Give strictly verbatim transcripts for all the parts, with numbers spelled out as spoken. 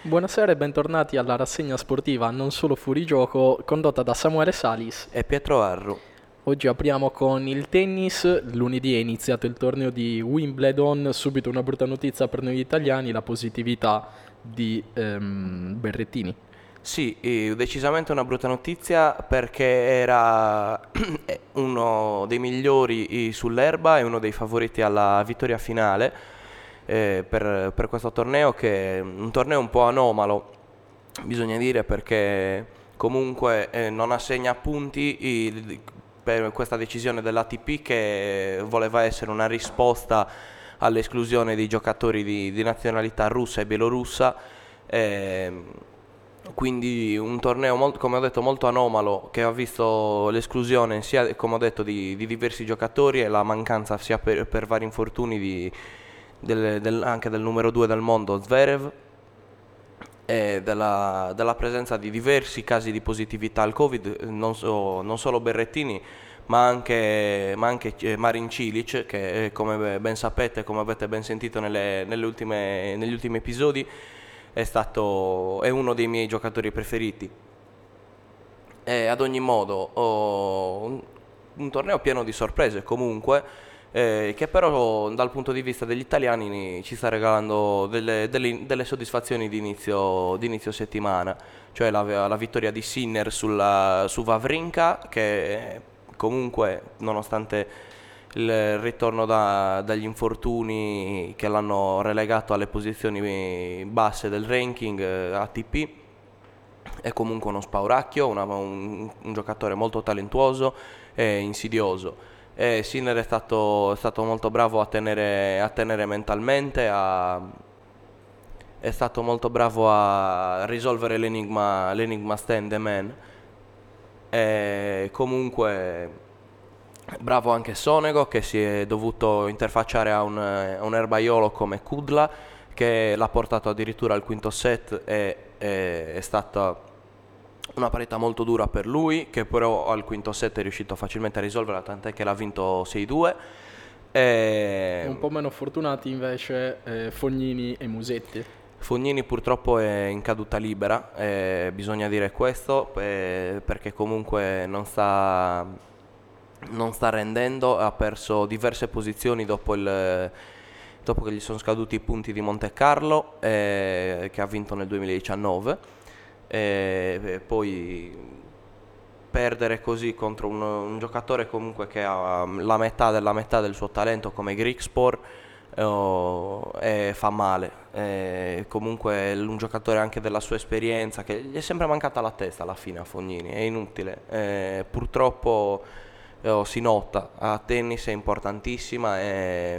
Buonasera e bentornati alla rassegna sportiva Non Solo Fuorigioco, condotta da Samuele Salis. E Pietro Arru. Oggi apriamo con il tennis. Lunedì è iniziato il torneo di Wimbledon. Subito una brutta notizia per noi italiani, la positività di ehm, Berrettini. Sì, eh, decisamente una brutta notizia perché era eh, uno dei migliori eh, sull'erba e uno dei favoriti alla vittoria finale eh, per, per questo torneo, che è un torneo un po' anomalo, bisogna dire, perché comunque eh, non assegna punti eh, per questa decisione dell'A T P, che voleva essere una risposta all'esclusione dei giocatori di, di nazionalità russa e bielorussa. ehm, quindi un torneo, molto, come ho detto, molto anomalo, che ha visto l'esclusione sia, come ho detto, di, di diversi giocatori e la mancanza sia per, per vari infortuni di, del, del, anche del numero due del mondo Zverev, e della, della presenza di diversi casi di positività al Covid, non, so- non solo Berrettini, ma anche, ma anche eh, Marin Cilic, che eh, come ben sapete, come avete ben sentito nelle, nelle ultime- negli ultimi episodi, è stato, è uno dei miei giocatori preferiti. E ad ogni modo, oh, un, un torneo pieno di sorprese comunque, eh, che però dal punto di vista degli italiani ci sta regalando delle, delle- delle soddisfazioni di inizio, di inizio settimana, cioè la, la vittoria di Sinner sulla, su Wawrinka, che comunque, nonostante il ritorno da- dagli infortuni che l'hanno relegato alle posizioni basse del ranking eh, A T P, è comunque uno spauracchio, una- un, un giocatore molto talentuoso e insidioso. E Sinner è stato, è stato molto bravo a tenere, a tenere mentalmente, a- è stato molto bravo a risolvere l'enigma, l'enigma Stand the Man. E comunque bravo anche Sonego, che si è dovuto interfacciare a un, a un erbaiolo come Kudla, che l'ha portato addirittura al quinto set, e e è stata una partita molto dura per lui, che però al quinto set è riuscito facilmente a risolverla, tant'è che l'ha vinto sei due. Un E po' meno fortunati invece eh, Fognini e Musetti. Fognini purtroppo è in caduta libera, eh, bisogna dire questo, eh, perché comunque non sta, non sta rendendo, ha perso diverse posizioni dopo, il, dopo che gli sono scaduti i punti di Monte Carlo, eh, che ha vinto nel duemiladiciannove, e, e poi perdere così contro un, un giocatore comunque che ha um, la metà della metà del suo talento come Grigspor, oh, e fa male. E comunque è un giocatore anche della sua esperienza, che gli è sempre mancata la testa alla fine a Fognini, è inutile. E purtroppo oh, si nota, a tennis è importantissima, e,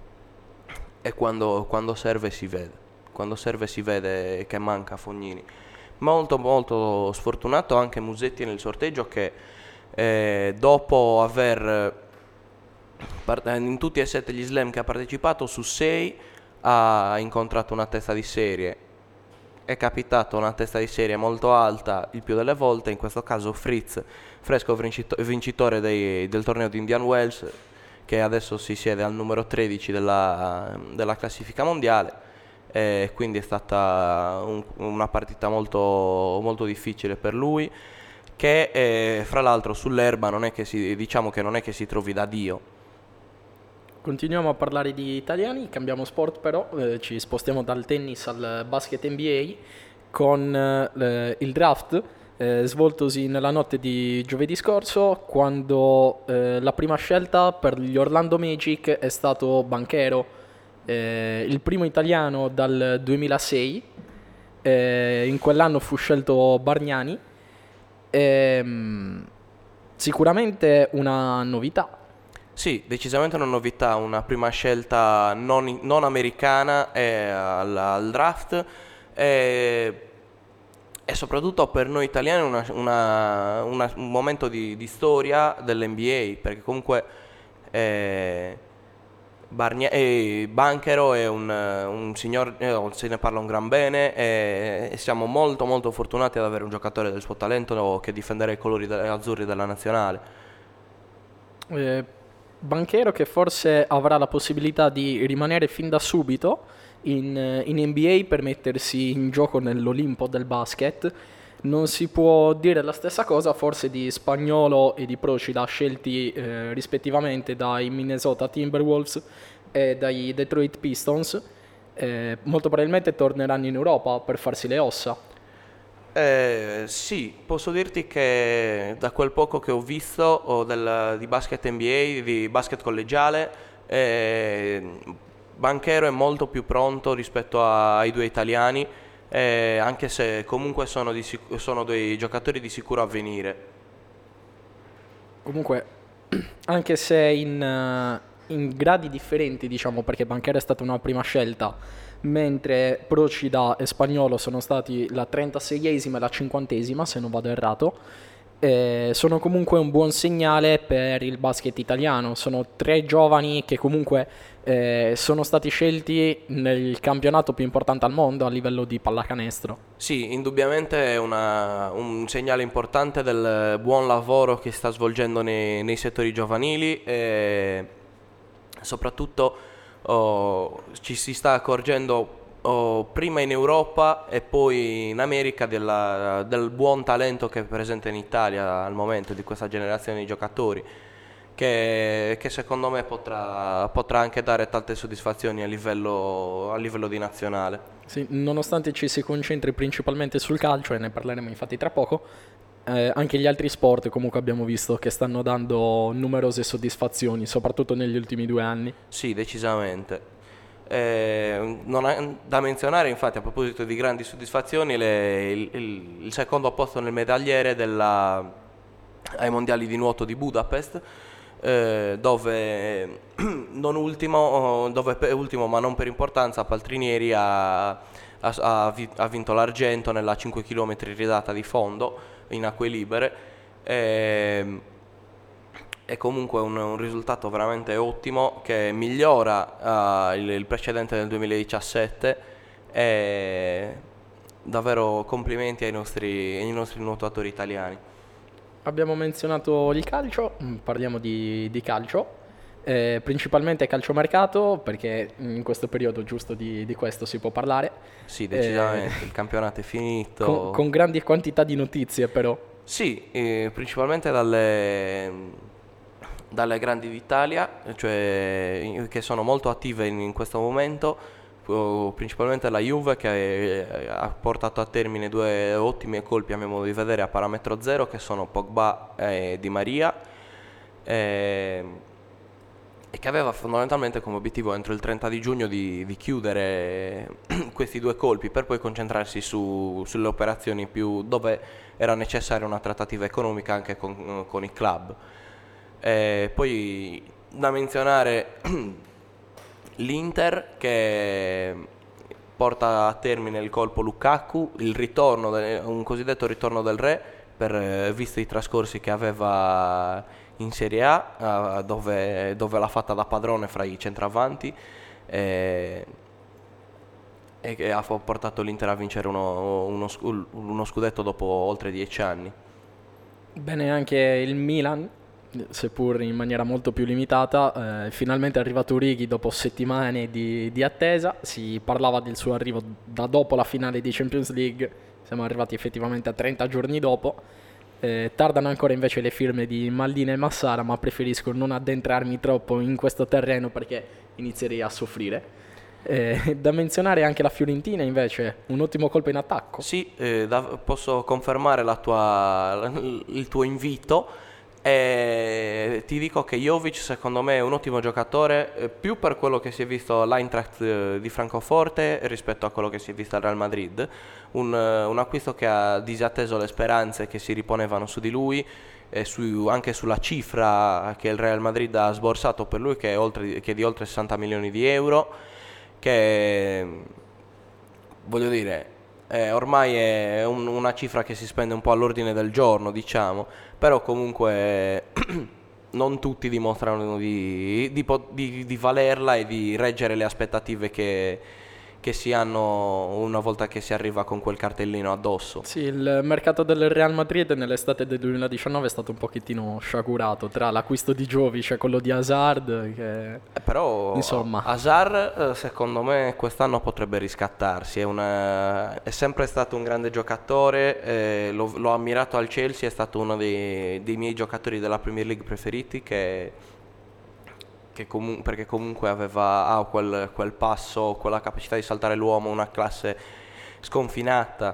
e quando, quando serve si vede, quando serve si vede che manca a Fognini. Molto molto sfortunato anche Musetti nel sorteggio, che eh, dopo aver part- in tutti e sette gli slam che ha partecipato, su sei ha incontrato una testa di serie. È capitato una testa di serie molto alta il più delle volte, in questo caso Fritz, fresco vincito- vincitore dei- del torneo di Indian Wells, che adesso si siede al numero tredici della, della classifica mondiale. E quindi è stata un- una partita molto, molto difficile per lui, che eh, fra l'altro sull'erba non è che si, diciamo che non è che si trovi da Dio. Continuiamo a parlare di italiani, cambiamo sport però, eh, ci spostiamo dal tennis al basket N B A con eh, il draft eh, svoltosi nella notte di giovedì scorso, quando eh, la prima scelta per gli Orlando Magic è stato Banchero, eh, il primo italiano dal duemilasei. Eh, in quell'anno fu scelto Bargnani. Ehm, Sicuramente una novità. Sì, decisamente una novità, una prima scelta non, non americana eh, al, al draft, e, e soprattutto per noi italiani una- una- una- un momento di, di storia dell'N B A, perché comunque eh, Bargna- eh, Banchero è un, un signor, eh, se ne parla un gran bene, e, e siamo molto molto fortunati ad avere un giocatore del suo talento che difenderà i colori de- azzurri della nazionale. Eh, Banchero che forse avrà la possibilità di rimanere fin da subito in, in N B A per mettersi in gioco nell'Olimpo del basket. Non si può dire la stessa cosa forse di Spagnolo e di Procida, scelti eh, rispettivamente dai Minnesota Timberwolves e dai Detroit Pistons. Eh, molto probabilmente torneranno in Europa per farsi le ossa. Eh, sì, posso dirti che da quel poco che ho visto o del- di basket N B A, di basket collegiale, eh, Banchero è molto più pronto rispetto a- ai due italiani, eh, anche se comunque sono, di sic- sono dei giocatori di sicuro avvenire. Comunque, anche se in, eh, in gradi differenti, diciamo, perché Banchero è stata una prima scelta, mentre Procida e Spagnolo sono stati la trentaseiesima e la cinquantesima, se non vado errato, eh, sono comunque un buon segnale per il basket italiano. Sono tre giovani che comunque eh, sono stati scelti nel campionato più importante al mondo a livello di pallacanestro. Sì, indubbiamente è una- un segnale importante del buon lavoro che sta svolgendo nei, nei settori giovanili e soprattutto oh, ci si sta accorgendo oh, prima in Europa e poi in America della- del buon talento che è presente in Italia al momento di questa generazione di giocatori che, che secondo me potrà, potrà anche dare tante soddisfazioni a livello, a livello di nazionale. Sì, nonostante ci si concentri principalmente sul calcio, e ne parleremo infatti tra poco, eh, anche gli altri sport comunque abbiamo visto che stanno dando numerose soddisfazioni, soprattutto negli ultimi due anni. Sì, decisamente. Eh, non ha- da menzionare infatti a proposito di grandi soddisfazioni le- il, il- il secondo posto nel medagliere della- ai mondiali di nuoto di Budapest, eh, dove non ultimo, dove per ultimo ma non per importanza Paltrinieri ha, ha- ha vi- ha vinto l'argento nella cinque chilometri ridata di fondo in acque libere. Ehm, è comunque un, un risultato veramente ottimo che migliora eh, il, il precedente del duemiladiciassette e davvero complimenti ai nostri, ai nostri nuotatori italiani. Abbiamo menzionato il calcio, mm, parliamo di, di calcio, eh, principalmente calciomercato, perché in questo periodo giusto di, di questo si può parlare, Sì, eh, decisamente, il campionato è finito. con, con grandi quantità di notizie però. Sì, eh, principalmente dalle, dalle grandi d'Italia, cioè in- che sono molto attive in, in questo momento, o principalmente la Juve che eh, ha portato a termine due ottimi colpi a mio modo di vedere a parametro zero che sono Pogba e Di Maria e, e che aveva fondamentalmente come obiettivo entro il trenta di giugno di, di chiudere questi due colpi per poi concentrarsi su- sulle operazioni più dove era necessaria una trattativa economica anche con, con i club. E poi da menzionare l'Inter che porta a termine il colpo Lukaku, il ritorno de- un cosiddetto ritorno del re per eh, visto i trascorsi che aveva in Serie A, eh, dove, dove l'ha fatta da padrone fra i centravanti e, e che ha fo- portato l'Inter a vincere uno, uno scu- uno scudetto dopo oltre dieci anni. Bene anche il Milan, seppur in maniera molto più limitata, eh, finalmente è arrivato Origi dopo settimane di, di attesa. Si parlava del suo arrivo da dopo la finale di Champions League, siamo arrivati effettivamente a trenta giorni dopo. Eh, tardano ancora invece le firme di Maldini e Massara, ma preferisco non addentrarmi troppo in questo terreno perché inizierei a soffrire. Eh, da menzionare anche la Fiorentina invece, un ottimo colpo in attacco. Sì, eh, da- posso confermare la tua- il tuo invito e ti dico che Jovic secondo me è un ottimo giocatore eh, più per quello che si è visto all'Eintracht eh, di Francoforte rispetto a quello che si è visto al Real Madrid, un, eh, un acquisto che ha disatteso le speranze che si riponevano su di lui e su- anche sulla cifra che il Real Madrid ha sborsato per lui che è, oltre- che è di oltre sessanta milioni di euro, che voglio dire, eh, ormai è un- una cifra che si spende un po' all'ordine del giorno, diciamo, però comunque non tutti dimostrano di, di po- di- di valerla e di reggere le aspettative che, che si hanno una volta che si arriva con quel cartellino addosso. Sì, il mercato del Real Madrid nell'estate del duemiladiciannove è stato un pochettino sciagurato tra l'acquisto di Jovic e quello di Hazard, che Eh, però insomma, Hazard, eh, secondo me quest'anno potrebbe riscattarsi, è, una- è sempre stato un grande giocatore, eh, l'ho, l'ho ammirato al Chelsea, è stato uno dei, dei miei giocatori della Premier League preferiti, che, che comu- perché comunque aveva ha quel, quel passo, quella capacità di saltare l'uomo, una classe sconfinata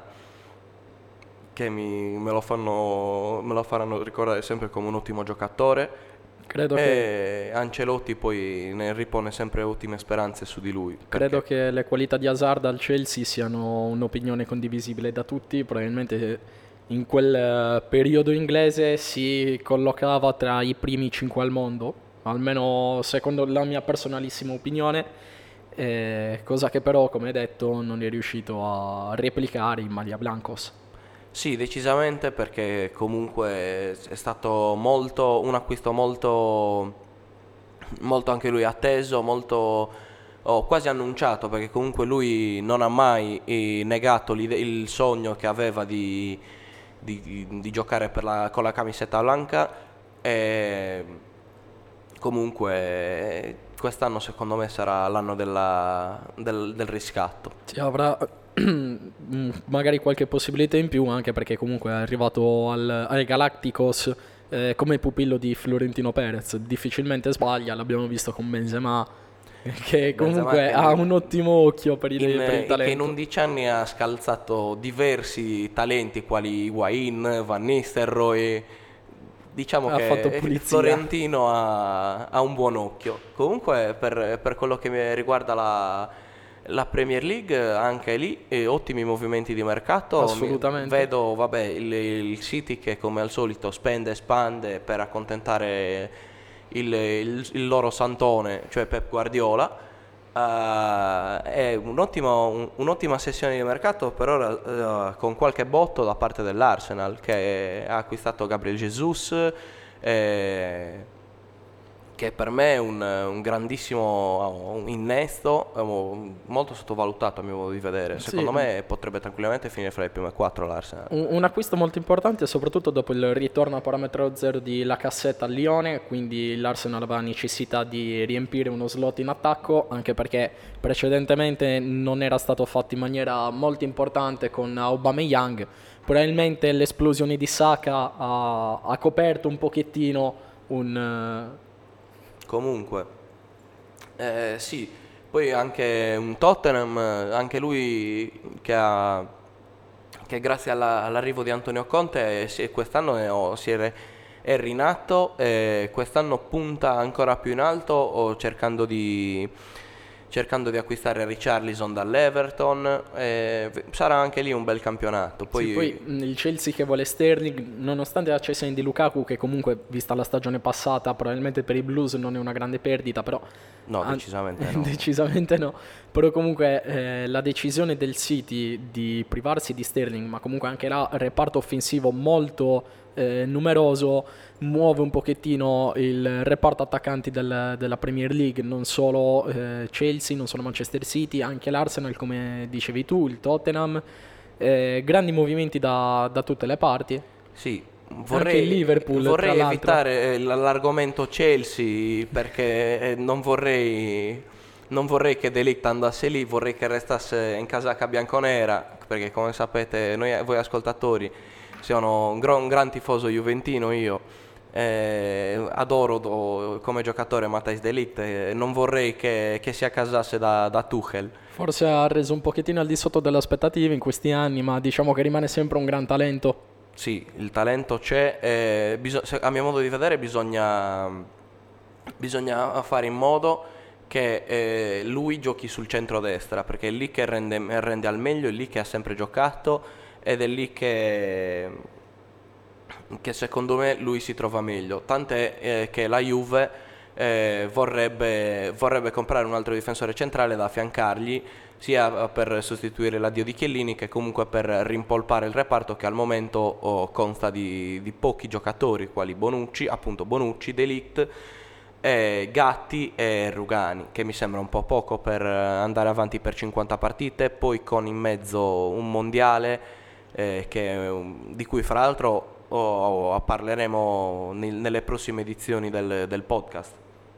che mi- me lo fanno, me lo faranno ricordare sempre come un ottimo giocatore. credo che E Ancelotti poi ne ripone sempre ottime speranze su di lui. Credo Perché che le qualità di Hazard al Chelsea siano un'opinione condivisibile da tutti. Probabilmente in quel eh, periodo inglese si collocava tra i primi cinque al mondo, almeno secondo la mia personalissima opinione, eh, cosa che però, come detto, non è riuscito a replicare in maglia blancos. sì, decisamente, perché comunque è stato molto un acquisto molto, molto anche lui atteso, molto oh, quasi annunciato, perché comunque lui non ha mai eh, negato l'ide- il sogno che aveva di, di- di giocare per la- con la camisetta blanca. E comunque eh, quest'anno secondo me sarà l'anno della- del, del riscatto. Si avrà magari qualche possibilità in più, anche perché comunque è arrivato al, ai Galacticos eh, come pupillo di Florentino Perez. Difficilmente sbaglia, l'abbiamo visto con Benzema, che Benzema comunque che ha un ottimo occhio per il, in, per il che in talento. undici anni ha scalzato diversi talenti quali Higuain, Van Nistelrooy. Diciamo Ha fatto che pulizia. Florentino ha, ha un buon occhio. Comunque per, per quello che mi riguarda la, la Premier League, anche lì eh, ottimi movimenti di mercato. Mi- Assolutamente. vedo vabbè, il, il City che come al solito spende e spande per accontentare il, il- il loro santone, cioè Pep Guardiola. Eh, è un ottimo- un- un'ottima sessione di mercato per ora, eh, con qualche botto da parte dell'Arsenal, che ha acquistato Gabriel Jesus, eh, che per me è un, un grandissimo un innesto, eh, molto sottovalutato a mio modo di vedere. Sì. Secondo me potrebbe tranquillamente finire fra le prime quattro l'Arsenal. Un, un acquisto molto importante, soprattutto dopo il ritorno a parametro zero di Lacazette al Lione, quindi l'Arsenal aveva necessità di riempire uno slot in attacco, anche perché precedentemente non era stato fatto in maniera molto importante con Aubameyang. Probabilmente l'esplosione di Saka ha, ha coperto un pochettino un... eh, Comunque, eh, sì, poi anche un Tottenham, eh, anche lui che ha che grazie alla- all'arrivo di Antonio Conte si- quest'anno è, oh, si è, re- è rinato e quest'anno punta ancora più in alto o cercando di, cercando di acquistare Richarlison dall'Everton. E v- sarà anche lì un bel campionato. Poi, Sì, poi mh, il Chelsea che vuole Sterling, nonostante la cessione di Lukaku, che comunque, vista la stagione passata, probabilmente per i Blues non è una grande perdita, però no, an- decisamente no. decisamente no. Però comunque eh, la decisione del City di privarsi di Sterling, ma comunque anche là reparto offensivo molto eh, numeroso, muove un pochettino il reparto attaccanti del- della Premier League, non solo eh, Chelsea, non solo Manchester City, anche l'Arsenal, come dicevi tu, il Tottenham. Eh, grandi movimenti da, da tutte le parti. Sì, Anche vorrei, il Liverpool, vorrei tra l'altro. evitare eh, l- l'argomento Chelsea perché eh, non vorrei, non vorrei che De Ligt andasse lì, vorrei che restasse in casacca bianconera, perché come sapete noi, voi ascoltatori, sono un, gro- un gran tifoso juventino io, eh, adoro do- come giocatore Matthijs De Ligt, e non vorrei che, che si accasasse da, da Tuchel. Forse ha reso un pochettino al di sotto delle aspettative in questi anni, ma diciamo che rimane sempre un gran talento. Sì, il talento c'è, eh, biso- se- a mio modo di vedere bisogna, bisogna fare in modo che eh, lui giochi sul centro-destra, perché è lì che rende, rende al meglio, è lì che ha sempre giocato ed è lì che, che secondo me lui si trova meglio. Tant'è eh, che la Juve eh, vorrebbe, vorrebbe comprare un altro difensore centrale da affiancargli, sia per sostituire l'addio di Chiellini che comunque per rimpolpare il reparto che al momento oh, consta di, di pochi giocatori quali Bonucci, appunto Bonucci, De Ligt, e Gatti e Rugani, che mi sembra un po' poco per andare avanti per cinquanta partite, poi con in mezzo un mondiale eh, che, di cui fra l'altro oh, oh, parleremo nel, nelle prossime edizioni del, del podcast.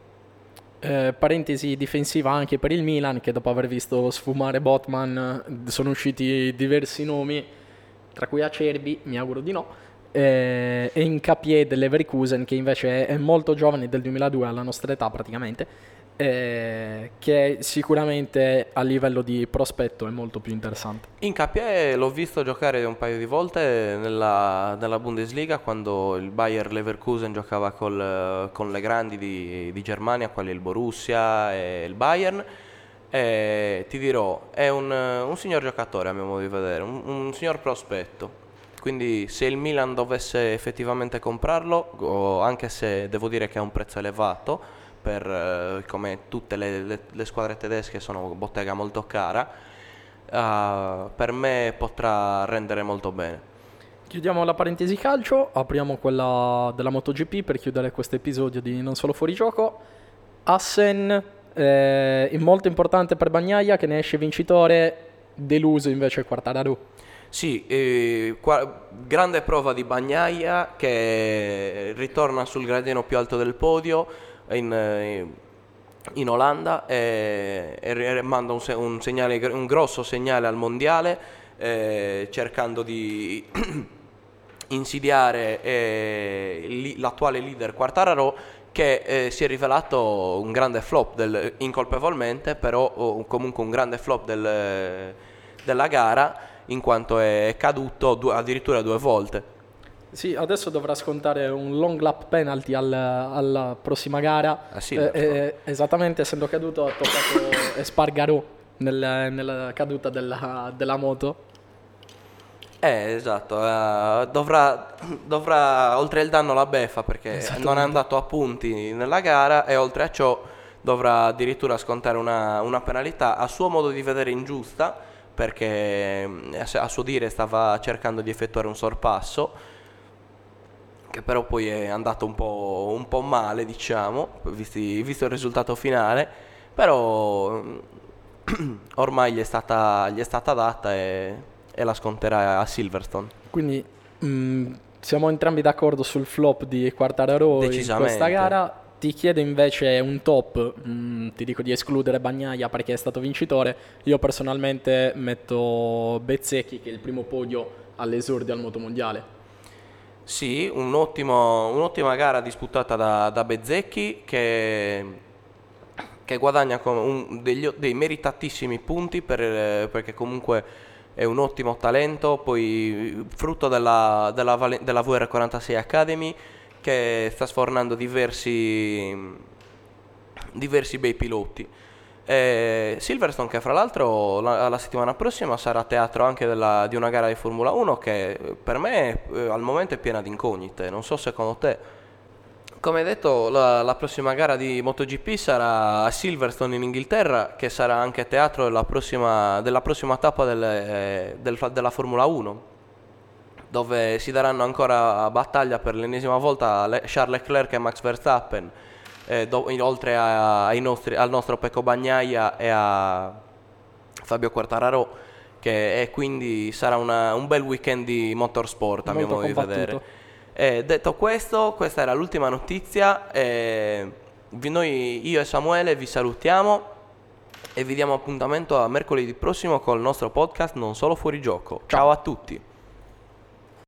Eh, parentesi difensiva anche per il Milan, che dopo aver visto sfumare Botman sono usciti diversi nomi, tra cui Acerbi, mi auguro di no, eh, e Hincapié dell'Leverkusen, che invece è molto giovane, del duemiladue, alla nostra età praticamente, eh, che sicuramente a livello di prospetto è molto più interessante. Hincapié l'ho visto giocare un paio di volte nella, nella Bundesliga, quando il Bayer Leverkusen giocava col, con le grandi di, di Germania, quali il Borussia e il Bayern. E ti dirò, è un, un signor giocatore a mio modo di vedere, un, un signor prospetto. Quindi se il Milan dovesse effettivamente comprarlo, o anche se devo dire che è un prezzo elevato, per eh, come tutte le, le, le squadre tedesche sono bottega molto cara, uh, per me potrà rendere molto bene. Chiudiamo la parentesi calcio, apriamo quella della MotoGP per chiudere questo episodio di Non Solo Fuorigioco. Assen, eh, molto importante per Bagnaia, che ne esce vincitore, deluso invece Quartararo. Sì, eh, qua, grande prova di Bagnaia che ritorna sul gradino più alto del podio in, in Olanda e, e manda un, un, segnale, un grosso segnale al mondiale, eh, cercando di insidiare eh, li, l'attuale leader Quartararo, che eh, si è rivelato un grande flop del, incolpevolmente, però oh, comunque un grande flop del, della gara, in quanto è caduto due, addirittura due volte. Sì, adesso dovrà scontare un long lap penalty al, alla prossima gara. Ah, sì, eh, eh, esattamente, essendo caduto ha toccato Espargaró nel, nella caduta della, della moto. Eh, esatto, uh, dovrà, dovrà, oltre il danno la beffa, perché non è andato a punti nella gara, e oltre a ciò dovrà addirittura scontare una, una penalità a suo modo di vedere ingiusta, perché a suo dire stava cercando di effettuare un sorpasso, che però poi è andato un po', un po' male, diciamo, visti, visto il risultato finale, però ormai gli è stata, gli è stata data e, e la sconterà a Silverstone. Quindi mh, siamo entrambi d'accordo sul flop di Quartararo in questa gara. Ti chiedo invece un top, mh, ti dico di escludere Bagnaia perché è stato vincitore. Io personalmente metto Bezzecchi, che è il primo podio all'esordio al motomondiale. Sì, un ottimo, un'ottima gara disputata da, da Bezzecchi, che, che guadagna con un, degli, dei meritatissimi punti per, perché comunque è un ottimo talento, poi frutto della, della, della V R quarantasei Academy, che sta sfornando diversi, diversi bei piloti. E Silverstone, che fra l'altro la, la settimana prossima sarà teatro anche della, di una gara di Formula uno che per me eh, al momento è piena di incognite, non so secondo te. Come detto, la, la prossima gara di MotoGP sarà a Silverstone in Inghilterra, che sarà anche teatro della prossima, della prossima tappa del, eh, del, della Formula uno, dove si daranno ancora battaglia per l'ennesima volta Charles Leclerc e Max Verstappen, eh, do, oltre a, ai nostri, al nostro Pecco Bagnaia e a Fabio Quartararo, che è, quindi sarà una, un bel weekend di motorsport a mio modo di vedere. Eh, detto questo, questa era l'ultima notizia, eh, noi, io e Samuele vi salutiamo e vi diamo appuntamento a mercoledì prossimo col nostro podcast Non Solo Fuorigioco. Ciao a tutti.